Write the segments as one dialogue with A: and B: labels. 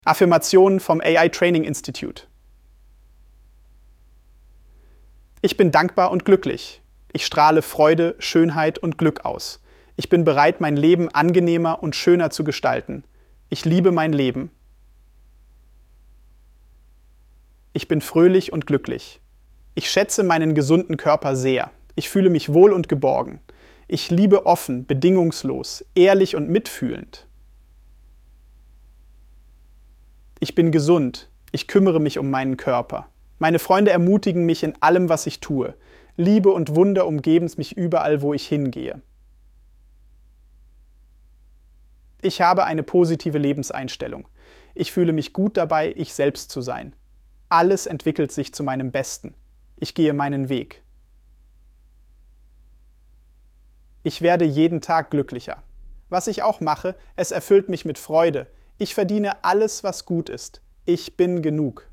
A: Affirmationen vom AI Training Institute. Ich bin dankbar und glücklich. Ich strahle Freude, Schönheit und Glück aus. Ich bin bereit, mein Leben angenehmer und schöner zu gestalten. Ich liebe mein Leben. Ich bin fröhlich und glücklich. Ich schätze meinen gesunden Körper sehr. Ich fühle mich wohl und geborgen. Ich liebe offen, bedingungslos, ehrlich und mitfühlend. Ich bin gesund. Ich kümmere mich um meinen Körper. Meine Freunde ermutigen mich in allem, was ich tue. Liebe und Wunder umgeben mich überall, wo ich hingehe. Ich habe eine positive Lebenseinstellung. Ich fühle mich gut dabei, ich selbst zu sein. Alles entwickelt sich zu meinem Besten. Ich gehe meinen Weg. Ich werde jeden Tag glücklicher. Was ich auch mache, es erfüllt mich mit Freude. Ich verdiene alles, was gut ist. Ich bin genug.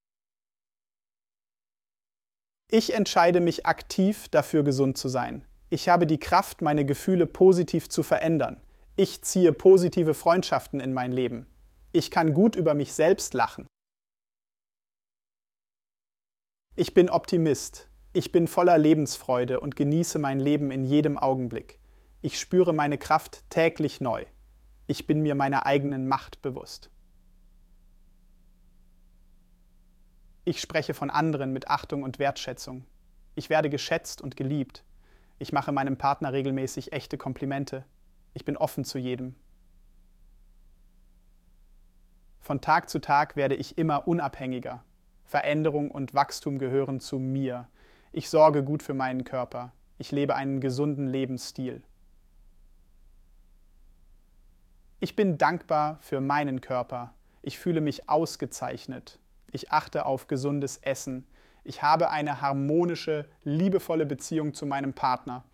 A: Ich entscheide mich aktiv dafür, gesund zu sein. Ich habe die Kraft, meine Gefühle positiv zu verändern. Ich ziehe positive Freundschaften in mein Leben. Ich kann gut über mich selbst lachen. Ich bin Optimist. Ich bin voller Lebensfreude und genieße mein Leben in jedem Augenblick. Ich spüre meine Kraft täglich neu. Ich bin mir meiner eigenen Macht bewusst. Ich spreche von anderen mit Achtung und Wertschätzung. Ich werde geschätzt und geliebt. Ich mache meinem Partner regelmäßig echte Komplimente. Ich bin offen zu jedem. Von Tag zu Tag werde ich immer unabhängiger. Veränderung und Wachstum gehören zu mir. Ich sorge gut für meinen Körper. Ich lebe einen gesunden Lebensstil. Ich bin dankbar für meinen Körper. Ich fühle mich ausgezeichnet. Ich achte auf gesundes Essen. Ich habe eine harmonische, liebevolle Beziehung zu meinem Partner.